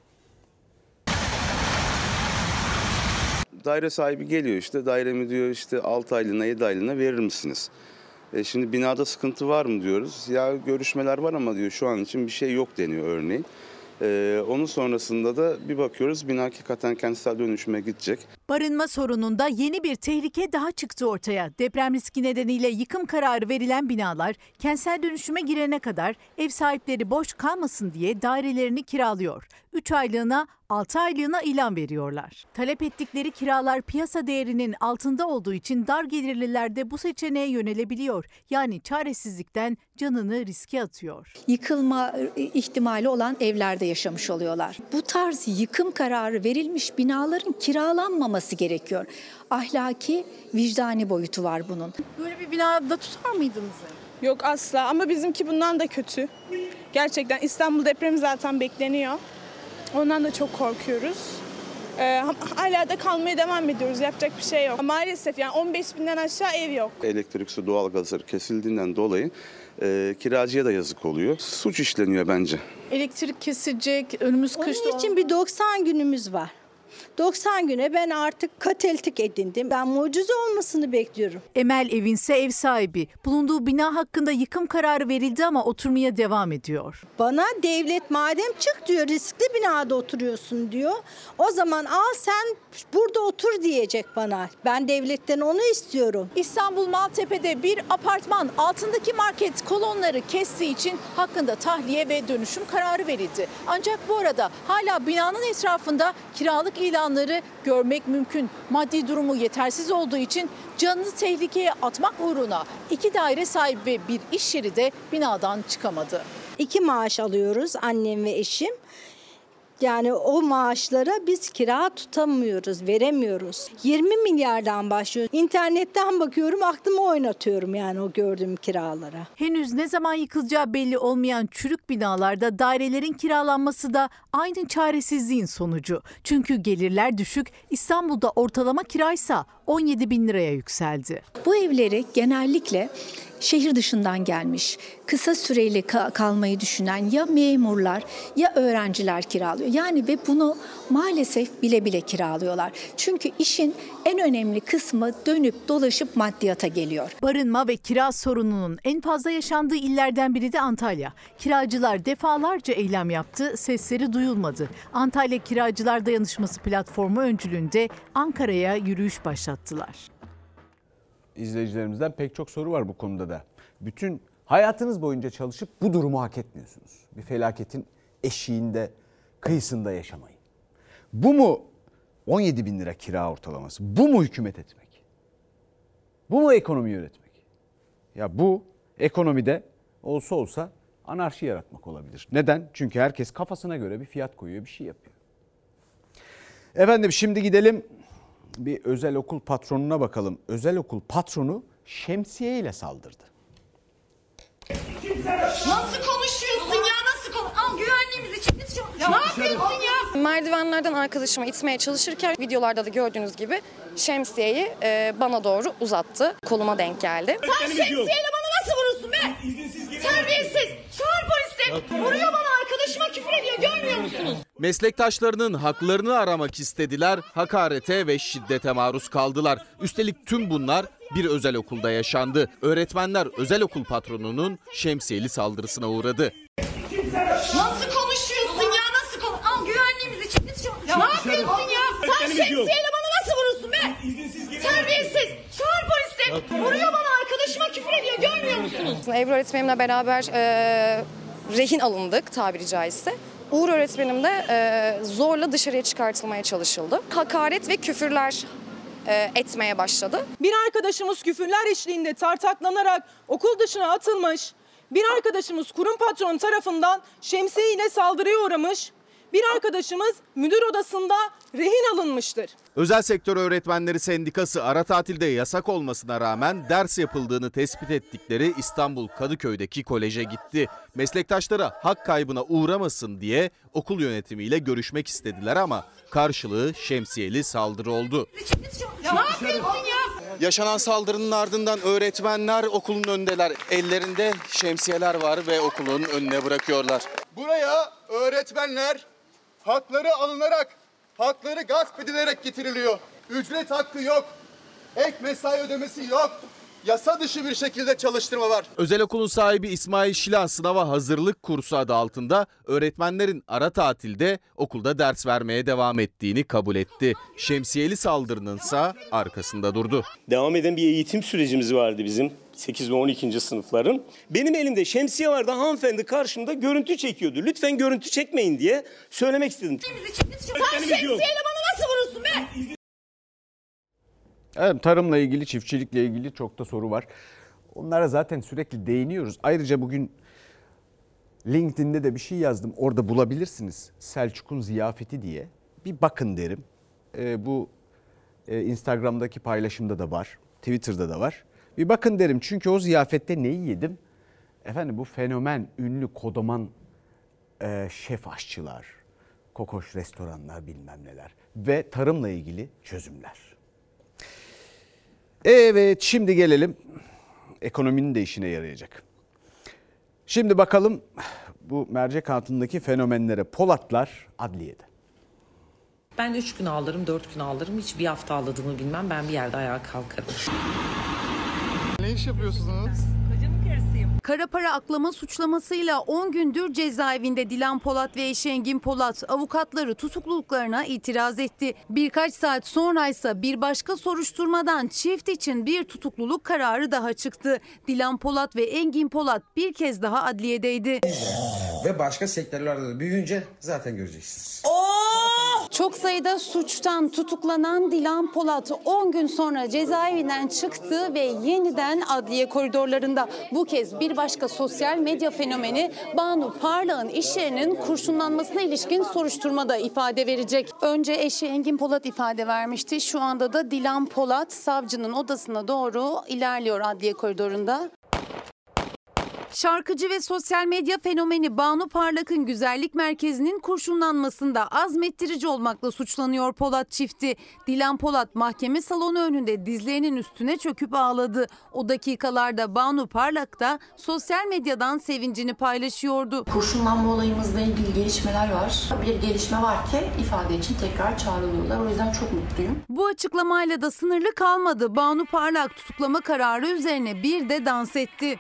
Daire sahibi geliyor işte dairemi diyor işte 6 aylığına 7 aylığına verir misiniz? Şimdi binada sıkıntı var mı diyoruz. Ya görüşmeler var ama diyor şu an için bir şey yok deniyor örneğin. Onun sonrasında da bir bakıyoruz bina hakikaten kentsel dönüşüme gidecek. Barınma sorununda yeni bir tehlike daha çıktı ortaya. Deprem riski nedeniyle yıkım kararı verilen binalar kentsel dönüşüme girene kadar ev sahipleri boş kalmasın diye dairelerini kiralıyor. 3 aylığına 6 aylığına ilan veriyorlar. Talep ettikleri kiralar piyasa değerinin altında olduğu için dar gelirliler de bu seçeneğe yönelebiliyor. Yani çaresizlikten canını riske atıyor. Yıkılma ihtimali olan evlerde yaşamış oluyorlar. Bu tarz yıkım kararı verilmiş binaların kiralanmaması gerekiyor. Ahlaki, vicdani boyutu var bunun. Böyle bir binada tutar mıydınız? Yok asla ama bizimki bundan da kötü. Gerçekten İstanbul depremi zaten bekleniyor. Ondan da çok korkuyoruz. Hala da kalmaya devam ediyoruz. Yapacak bir şey yok. Maalesef yani 15.000'den aşağı ev yok. Elektrik, su, doğalgazları kesildiğinden dolayı kiracıya da yazık oluyor. Suç işleniyor bence. Elektrik kesilecek, önümüz kışta. Onun için bir 90 günümüz var. 90 güne ben artık kateltik edindim. Ben mucize olmasını bekliyorum. Emel Evinse ev sahibi. Bulunduğu bina hakkında yıkım kararı verildi ama oturmaya devam ediyor. Bana devlet madem çık diyor riskli binada oturuyorsun diyor. O zaman al sen burada otur diyecek bana. Ben devletten onu istiyorum. İstanbul Maltepe'de bir apartman altındaki market kolonları kestiği için hakkında tahliye ve dönüşüm kararı verildi. Ancak bu arada hala binanın etrafında kiralık ilanları görmek mümkün. Maddi durumu yetersiz olduğu için canını tehlikeye atmak uğruna 2 daire sahibi ve bir iş yeri de binadan çıkamadı. 2 maaş alıyoruz annem ve eşim. Yani o maaşlara biz kira tutamıyoruz, veremiyoruz. 20 milyardan başlıyor. İnternetten bakıyorum, aklımı oynatıyorum yani o gördüğüm kiralara. Henüz ne zaman yıkılacağı belli olmayan çürük binalarda dairelerin kiralanması da aynı çaresizliğin sonucu. Çünkü gelirler düşük, İstanbul'da ortalama kiraysa 17 bin liraya yükseldi. Bu evleri genellikle şehir dışından gelmiş, kısa süreli kalmayı düşünen ya memurlar ya öğrenciler kiralıyor. Yani ve bunu maalesef bile bile kiralıyorlar. Çünkü işin en önemli kısmı dönüp dolaşıp maddiyata geliyor. Barınma ve kira sorununun en fazla yaşandığı illerden biri de Antalya. Kiracılar defalarca eylem yaptı, sesleri duyulmadı. Antalya Kiracılar Dayanışması platformu öncülüğünde Ankara'ya yürüyüş başlattılar. İzleyicilerimizden pek çok soru var bu konuda da. Bütün hayatınız boyunca çalışıp bu durumu hak etmiyorsunuz. Bir felaketin eşiğinde, kıyısında yaşamayın. Bu mu 17 bin lira kira ortalaması? Bu mu hükümet etmek? Bu mu ekonomi yönetmek? Ya bu ekonomide olsa anarşi yaratmak olabilir. Neden? Çünkü herkes kafasına göre bir fiyat koyuyor, bir şey yapıyor. Efendim şimdi gidelim bir özel okul patronuna bakalım. Özel okul patronu şemsiye ile saldırdı. Nasıl konuşuyorsun ya? Al güvenliğimiz için biz ne yapıyorsun ya? Merdivenlerden arkadaşıma itmeye çalışırken videolarda da gördüğünüz gibi şemsiyeyi bana doğru uzattı. Koluma denk geldi. Sen şemsiyeyle bana nasıl vurursun be? Terbiyesiz. Çağır polisi. Vuruyor bana, arkadaşıma küfür ediyor, görmüyor musunuz? Meslektaşlarının haklarını aramak istediler, hakarete ve şiddete maruz kaldılar. Üstelik tüm bunlar bir özel okulda yaşandı. Öğretmenler özel okul patronunun şemsiyeli saldırısına uğradı. Nasıl konuşuyorsun ya? Al güvenliğimiz için biz ne yapıyorsun ya? Sen şemsiyeyle bana nasıl vurursun be? Terbiyesiz. Çağır polisi. Vuruyor bana, arkadaşıma küfür ediyor, görmüyor musunuz? Ebru öğretmenimle beraber rehin alındık tabiri caizse. Uğur öğretmenim de zorla dışarıya çıkartılmaya çalışıldı. Hakaret ve küfürler etmeye başladı. Bir arkadaşımız küfürler eşliğinde tartaklanarak okul dışına atılmış. Bir arkadaşımız kurum patronu tarafından şemsiye ile saldırıya uğramış. Bir arkadaşımız müdür odasında rehin alınmıştır. Özel sektör öğretmenleri sendikası ara tatilde yasak olmasına rağmen ders yapıldığını tespit ettikleri İstanbul Kadıköy'deki koleje gitti. Meslektaşlara hak kaybına uğramasın diye okul yönetimiyle görüşmek istediler ama karşılığı şemsiyeli saldırı oldu. Ne yapıyorsun ya? Yaşanan saldırının ardından öğretmenler okulun önündeler. Ellerinde şemsiyeler var ve okulun önüne bırakıyorlar. Buraya öğretmenler hakları alınarak, hakları gasp edilerek getiriliyor. Ücret hakkı yok, ek mesai ödemesi yok. Yasa dışı bir şekilde çalıştırma var. Özel okulun sahibi İsmail Şilan sınava hazırlık kursu adı altında öğretmenlerin ara tatilde okulda ders vermeye devam ettiğini kabul etti. Şemsiyeli saldırınınsa arkasında durdu. Devam eden bir eğitim sürecimiz vardı bizim 8 ve 12. sınıfların. Benim elimde şemsiye vardı, hanımefendi karşımda görüntü çekiyordu. Lütfen görüntü çekmeyin diye söylemek istedim. Sen şemsiyeyle bana nasıl vurursun be? Evet, tarımla ilgili, çiftçilikle ilgili çok da soru var. Onlara zaten sürekli değiniyoruz. Ayrıca bugün LinkedIn'de de bir şey yazdım. Orada bulabilirsiniz. Selçuk'un ziyafeti diye. Bir bakın derim. Bu Instagram'daki paylaşımda da var. Twitter'da da var. Bir bakın derim. Çünkü o ziyafette neyi yedim? Efendim bu fenomen, ünlü, kodoman şef aşçılar, kokoş restoranlar bilmem neler ve tarımla ilgili çözümler. Evet, şimdi gelelim ekonominin de işine yarayacak. Şimdi bakalım bu mercek altındaki fenomenlere. Polatlar adliyede. Ben 3 gün ağlarım, 4 gün ağlarım. Hiç bir hafta ağladığımı bilmem. Ben bir yerde ayağa kalkarım. Ne iş yapıyorsunuz? Kara para aklama suçlamasıyla 10 gündür cezaevinde Dilan Polat ve eşi Engin Polat avukatları tutukluluklarına itiraz etti. Birkaç saat sonraysa bir başka soruşturmadan çift için bir tutukluluk kararı daha çıktı. Dilan Polat ve Engin Polat bir kez daha adliyedeydi. Ve başka sektörlerde de büyüyünce zaten göreceksiniz. Çok sayıda suçtan tutuklanan Dilan Polat 10 gün sonra cezaevinden çıktı ve yeniden adliye koridorlarında. Bu kez bir başka sosyal medya fenomeni Banu Parlak'ın iş yerinin kurşunlanmasına ilişkin soruşturmada ifade verecek. Önce eşi Engin Polat ifade vermişti. Şu anda da Dilan Polat savcının odasına doğru ilerliyor adliye koridorunda. Şarkıcı ve sosyal medya fenomeni Banu Parlak'ın güzellik merkezinin kurşunlanmasında azmettirici olmakla suçlanıyor Polat çifti. Dilan Polat mahkeme salonu önünde dizlerinin üstüne çöküp ağladı. O dakikalarda Banu Parlak da sosyal medyadan sevincini paylaşıyordu. Kurşunlanma olayımızla ilgili gelişmeler var. Bir gelişme var ki ifade için tekrar çağrılıyorlar. O yüzden çok mutluyum. Bu açıklamayla da sınırlı kalmadı. Banu Parlak tutuklama kararı üzerine bir de dans etti.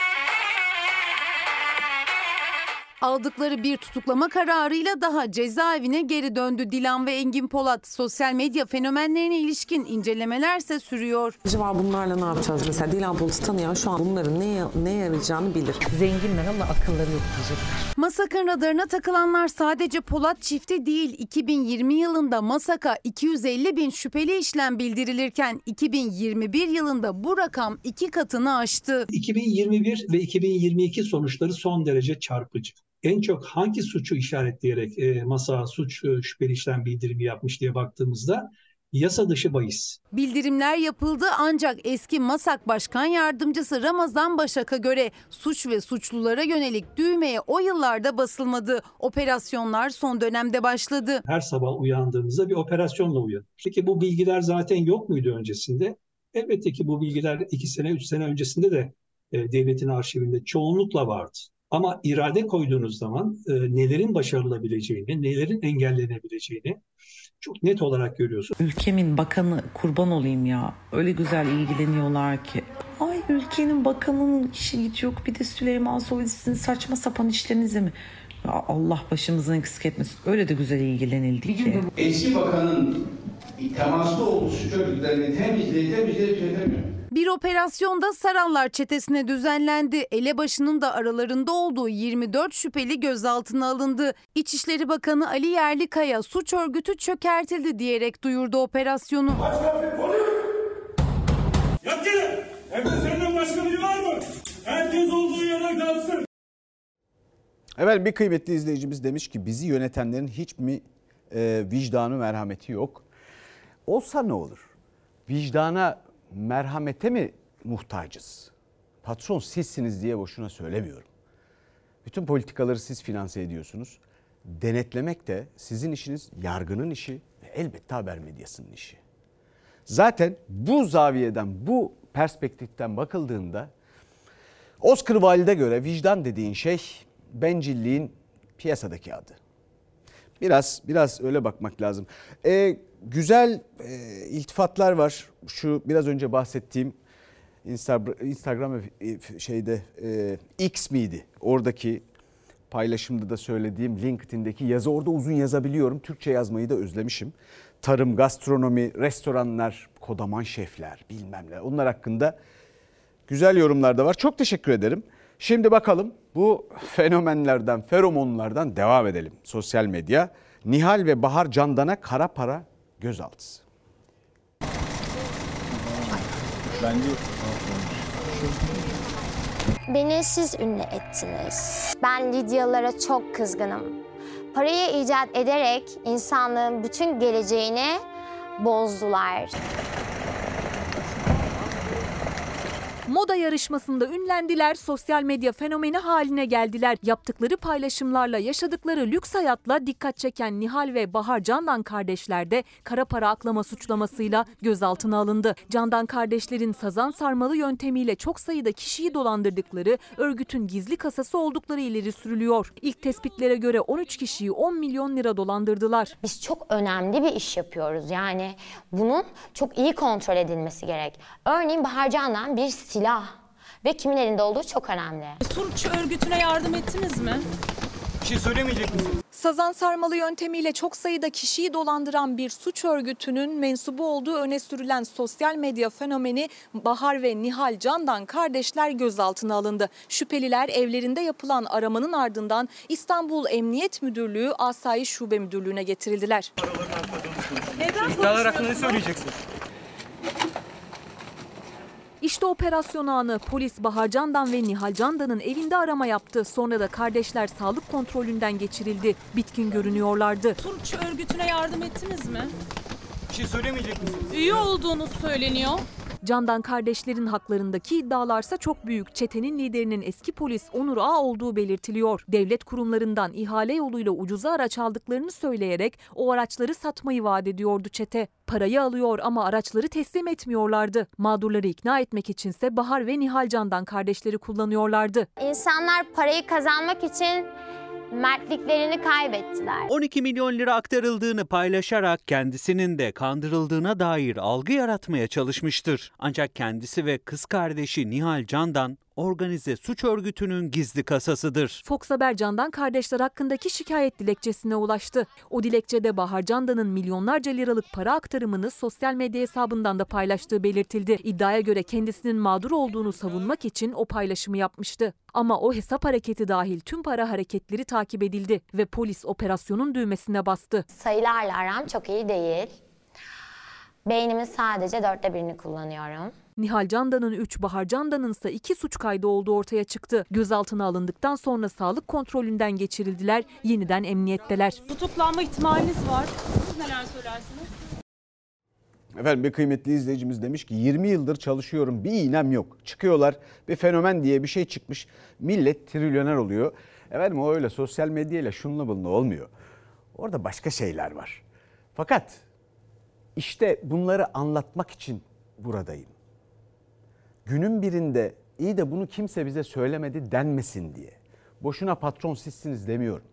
Aldıkları bir tutuklama kararıyla daha cezaevine geri döndü Dilan ve Engin Polat. Sosyal medya fenomenlerine ilişkin incelemelerse sürüyor. Acaba bunlarla ne yapacağız? Mesela Dilan Polat'ı tanıyan şu an bunların ne yarayacağını bilir. Zenginler ama akılları yok diyecekler. MASAK'ın radarına takılanlar sadece Polat çifti değil. 2020 yılında MASAK'a 250 bin şüpheli işlem bildirilirken 2021 yılında bu rakam 2 katını aştı. 2021 ve 2022 sonuçları son derece çarpıcı. En çok hangi suçu işaretleyerek MASAK'a suç şüpheli işlem bildirimi yapmış diye baktığımızda yasa dışı bahis. Bildirimler yapıldı ancak eski MASAK Başkan Yardımcısı Ramazan Başak'a göre suç ve suçlulara yönelik düğmeye o yıllarda basılmadı. Operasyonlar son dönemde başladı. Her sabah uyandığımızda bir operasyonla uyanıyoruz. Peki bu bilgiler zaten yok muydu öncesinde? Elbette ki bu bilgiler 2 sene 3 sene öncesinde de devletin arşivinde çoğunlukla vardı. Ama irade koyduğunuz zaman nelerin başarılabileceğini, nelerin engellenebileceğini çok net olarak görüyorsun. Ülkemin bakanı kurban olayım ya. Öyle güzel ilgileniyorlar ki. Ay ülkenin bakanının işi gücü yok. Bir de Süleyman Soylu sizin saçma sapan işlerinize mi? Ya Allah başımızın eksik etmesin. Öyle de güzel ilgilenildi ki. Eski bakanın temaslı olduğu suç örgütlerini temizleyip çözemiyor. Bir operasyonda Sarallar çetesine düzenlendi. Elebaşı'nın da aralarında olduğu 24 şüpheli gözaltına alındı. İçişleri Bakanı Ali Yerlikaya suç örgütü çökertildi diyerek duyurdu operasyonu. Yat gene! Evde senden başka biri var mı? Herkes olduğu yerden kalsın. Evet, bir kıymetli izleyicimiz demiş ki bizi yönetenlerin hiç mi vicdanı merhameti yok? Olsa ne olur? Vicdana, merhamete mi muhtacız? Patron sizsiniz diye boşuna söylemiyorum. Bütün politikaları siz finanse ediyorsunuz. Denetlemek de sizin işiniz, yargının işi ve elbette haber medyasının işi. Zaten bu zaviyeden, bu perspektiften bakıldığında Oscar Wilde'e göre vicdan dediğin şey bencilliğin piyasadaki adı. Biraz öyle bakmak lazım. Güzel iltifatlar var. Şu biraz önce bahsettiğim Instagram şeyde X miydi? Oradaki paylaşımda da söylediğim LinkedIn'deki yazı, orada uzun yazabiliyorum. Türkçe yazmayı da özlemişim. Tarım, gastronomi, restoranlar, kodaman şefler, bilmem ne. Onlar hakkında güzel yorumlar da var. Çok teşekkür ederim. Şimdi bakalım bu fenomenlerden, feromonlardan devam edelim. Sosyal medya. Nihal ve Bahar Candan'a kara para gözaltısı. Beni siz ünlü ettiniz. Ben Lidyalılara çok kızgınım. Parayı icat ederek insanlığın bütün geleceğini bozdular. Moda yarışmasında ünlendiler, sosyal medya fenomeni haline geldiler. Yaptıkları paylaşımlarla, yaşadıkları lüks hayatla dikkat çeken Nihal ve Bahar Candan kardeşler de kara para aklama suçlamasıyla gözaltına alındı. Candan kardeşlerin sazan sarmalı yöntemiyle çok sayıda kişiyi dolandırdıkları, örgütün gizli kasası oldukları ileri sürülüyor. İlk tespitlere göre 13 kişiyi 10 milyon lira dolandırdılar. Biz çok önemli bir iş yapıyoruz. Yani bunun çok iyi kontrol edilmesi gerek. Örneğin Bahar Candan bir silah ve kimin elinde olduğu çok önemli. Suç örgütüne yardım ettiniz mi? Bir şey söylemeyecek misiniz? Sazan sarmalı yöntemiyle çok sayıda kişiyi dolandıran bir suç örgütünün mensubu olduğu öne sürülen sosyal medya fenomeni Bahar ve Nihal Candan kardeşler gözaltına alındı. Şüpheliler evlerinde yapılan aramanın ardından İstanbul Emniyet Müdürlüğü Asayiş Şube Müdürlüğü'ne getirildiler. İddialar hakkında ne söyleyeceksin? İşte operasyon anı. Polis Bahar Candan ve Nihal Candan'ın evinde arama yaptı. Sonra da kardeşler sağlık kontrolünden geçirildi. Bitkin görünüyorlardı. Suç örgütüne yardım ettiniz mi? Bir şey söylemeyecek misiniz? Üye olduğunuz söyleniyor. Candan kardeşlerin haklarındaki iddialarsa çok büyük. Çetenin liderinin eski polis Onur Ağ olduğu belirtiliyor. Devlet kurumlarından ihale yoluyla ucuza araç aldıklarını söyleyerek o araçları satmayı vaat ediyordu çete. Parayı alıyor ama araçları teslim etmiyorlardı. Mağdurları ikna etmek içinse Bahar ve Nihal Candan kardeşleri kullanıyorlardı. İnsanlar parayı kazanmak için mertliklerini kaybettiler. 12 milyon lira aktarıldığını paylaşarak kendisinin de kandırıldığına dair algı yaratmaya çalışmıştır. Ancak kendisi ve kız kardeşi Nihal Candan organize suç örgütünün gizli kasasıdır. Fox Haber Candan kardeşler hakkındaki şikayet dilekçesine ulaştı. O dilekçede Bahar Candan'ın milyonlarca liralık para aktarımını sosyal medya hesabından da paylaştığı belirtildi. İddiaya göre kendisinin mağdur olduğunu savunmak için o paylaşımı yapmıştı. Ama o hesap hareketi dahil tüm para hareketleri takip edildi ve polis operasyonun düğmesine bastı. Sayılarla aram çok iyi değil. Beynimin sadece 1/4'ünü kullanıyorum. Nihal Candan'ın 3, Bahar Candan'ın ise 2 suç kaydı olduğu ortaya çıktı. Gözaltına alındıktan sonra sağlık kontrolünden geçirildiler, yeniden emniyetteler. Tutuklanma ihtimaliniz var. Siz neler söylersiniz? Efendim bir kıymetli izleyicimiz demiş ki 20 yıldır çalışıyorum, bir iğnem yok. Çıkıyorlar, bir fenomen diye bir şey çıkmış, millet trilyoner oluyor. Efendim o öyle sosyal medyayla şununla bununla olmuyor. Orada başka şeyler var. Fakat işte bunları anlatmak için buradayım. Günün birinde iyi de bunu kimse bize söylemedi denmesin diye. Boşuna patron sizsiniz demiyorum.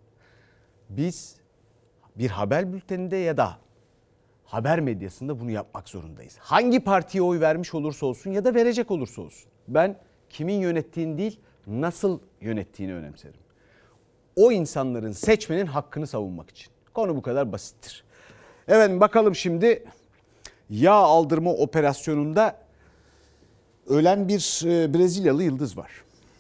Biz bir haber bülteninde ya da haber medyasında bunu yapmak zorundayız. Hangi partiye oy vermiş olursa olsun ya da verecek olursa olsun. Ben kimin yönettiğini değil, nasıl yönettiğini önemserim. O insanların, seçmenin hakkını savunmak için. Konu bu kadar basittir. Evet, bakalım şimdi yağ aldırma operasyonunda ölen bir Brezilyalı yıldız var.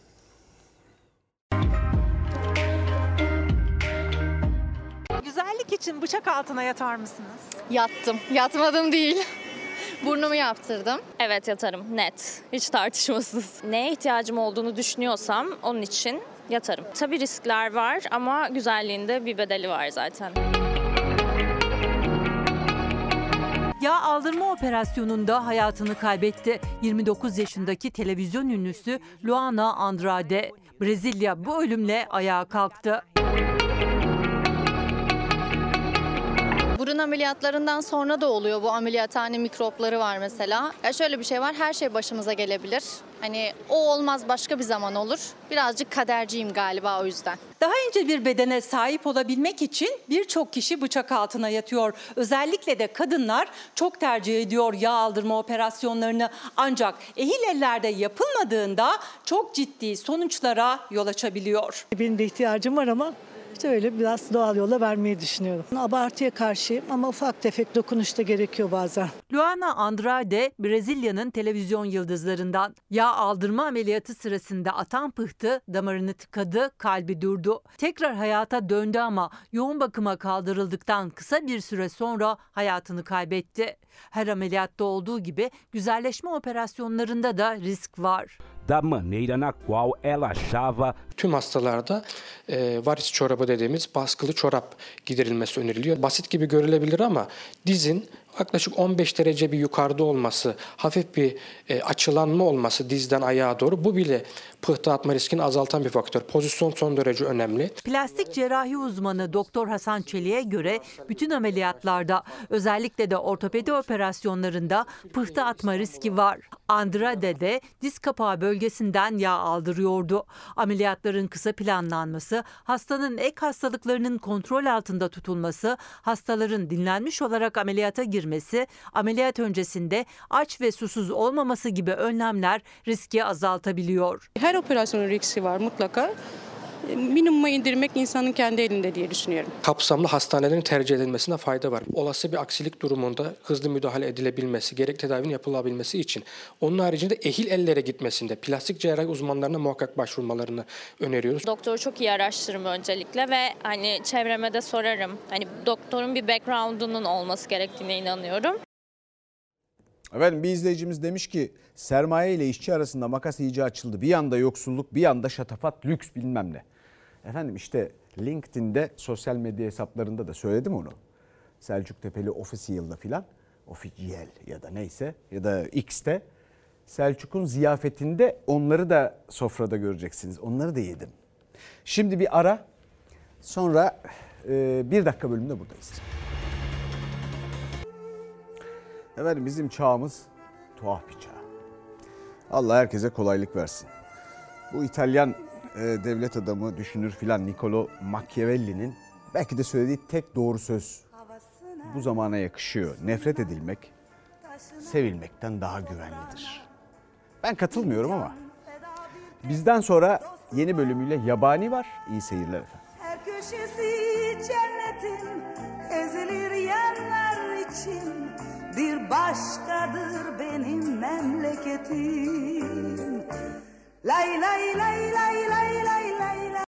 Güzellik için bıçak altına yatar mısınız? Yattım. Yatmadım değil. Burnumu yaptırdım. Evet yatarım net. Hiç tartışmasız. Neye ihtiyacım olduğunu düşünüyorsam onun için yatarım. Tabii riskler var ama güzelliğinde bir bedeli var zaten. Yağ aldırma operasyonunda hayatını kaybetti. 29 yaşındaki televizyon ünlüsü Luana Andrade. Brezilya bu ölümle ayağa kalktı. Burun ameliyatlarından sonra da oluyor. Bu ameliyathane mikropları var mesela. Ya şöyle bir şey var, her şey başımıza gelebilir. Hani o olmaz, başka bir zaman olur. Birazcık kaderciyim galiba o yüzden. Daha ince bir bedene sahip olabilmek için birçok kişi bıçak altına yatıyor. Özellikle de kadınlar çok tercih ediyor yağ aldırma operasyonlarını. Ancak ehil ellerde yapılmadığında çok ciddi sonuçlara yol açabiliyor. Benim de ihtiyacım var ama işte öyle biraz doğal yolla vermeyi düşünüyorum. Abartıya karşıyım ama ufak tefek dokunuş da gerekiyor bazen. Luana Andrade Brezilya'nın televizyon yıldızlarından. Yağ aldırma ameliyatı sırasında atan pıhtı damarını tıkadı, kalbi durdu. Tekrar hayata döndü ama yoğun bakıma kaldırıldıktan kısa bir süre sonra hayatını kaybetti. Her ameliyatta olduğu gibi güzelleşme operasyonlarında da risk var. Da maneira na qual ela achava. Tüm hastalarda varis çorabı dediğimiz baskılı çorap giderilmesi öneriliyor. Basit gibi görülebilir ama dizin yaklaşık 15 derece bir yukarıda olması, hafif bir açılanma olması dizden ayağa doğru, bu bile pıhtı atma riskini azaltan bir faktör. Pozisyon son derece önemli. Plastik cerrahi uzmanı Doktor Hasan Çelik'e göre bütün ameliyatlarda, özellikle de ortopedi operasyonlarında pıhtı atma riski var. Andrade de diz kapağı bölgesinden yağ aldırıyordu. Ameliyatların kısa planlanması, hastanın ek hastalıklarının kontrol altında tutulması, hastaların dinlenmiş olarak ameliyata girmesi, ameliyat öncesinde aç ve susuz olmaması gibi önlemler riski azaltabiliyor. Her operasyonun riski var mutlaka. minimuma indirmek insanın kendi elinde diye düşünüyorum. Kapsamlı hastanelerin tercih edilmesine fayda var. Olası bir aksilik durumunda hızlı müdahale edilebilmesi, gerek tedavinin yapılabilmesi için onun haricinde ehil ellere gitmesinde plastik cerrahi uzmanlarına muhakkak başvurmalarını öneriyoruz. Doktoru çok iyi araştırırım öncelikle ve hani çevreme de sorarım. Hani doktorun bir background'unun olması gerektiğine inanıyorum. Efendim bir izleyicimiz demiş ki sermaye ile işçi arasında makas iyice açıldı. Bir yanda yoksulluk, bir yanda şatafat, lüks bilmem ne. Efendim işte LinkedIn'de, sosyal medya hesaplarında da söyledim onu. Selçuk Tepeli Official'da filan, Official ya da neyse ya da X'te Selçuk'un ziyafetinde onları da sofrada göreceksiniz. Onları da yedim. Şimdi bir ara, sonra 1 dakika bölümünde buradayız. Efendim bizim çağımız tuhaf bir çağ. Allah herkese kolaylık versin. Bu İtalyan devlet adamı, düşünür filan Niccolo Machiavelli'nin belki de söylediği tek doğru söz bu zamana yakışıyor. Nefret edilmek sevilmekten daha güvenlidir. Ben katılmıyorum ama bizden sonra yeni bölümüyle Yabani var. İyi seyirler efendim. Her köşesi cennetin ezilir yerler için bir başkadır benim memleketim. Lay lay lay lay lay lay lay.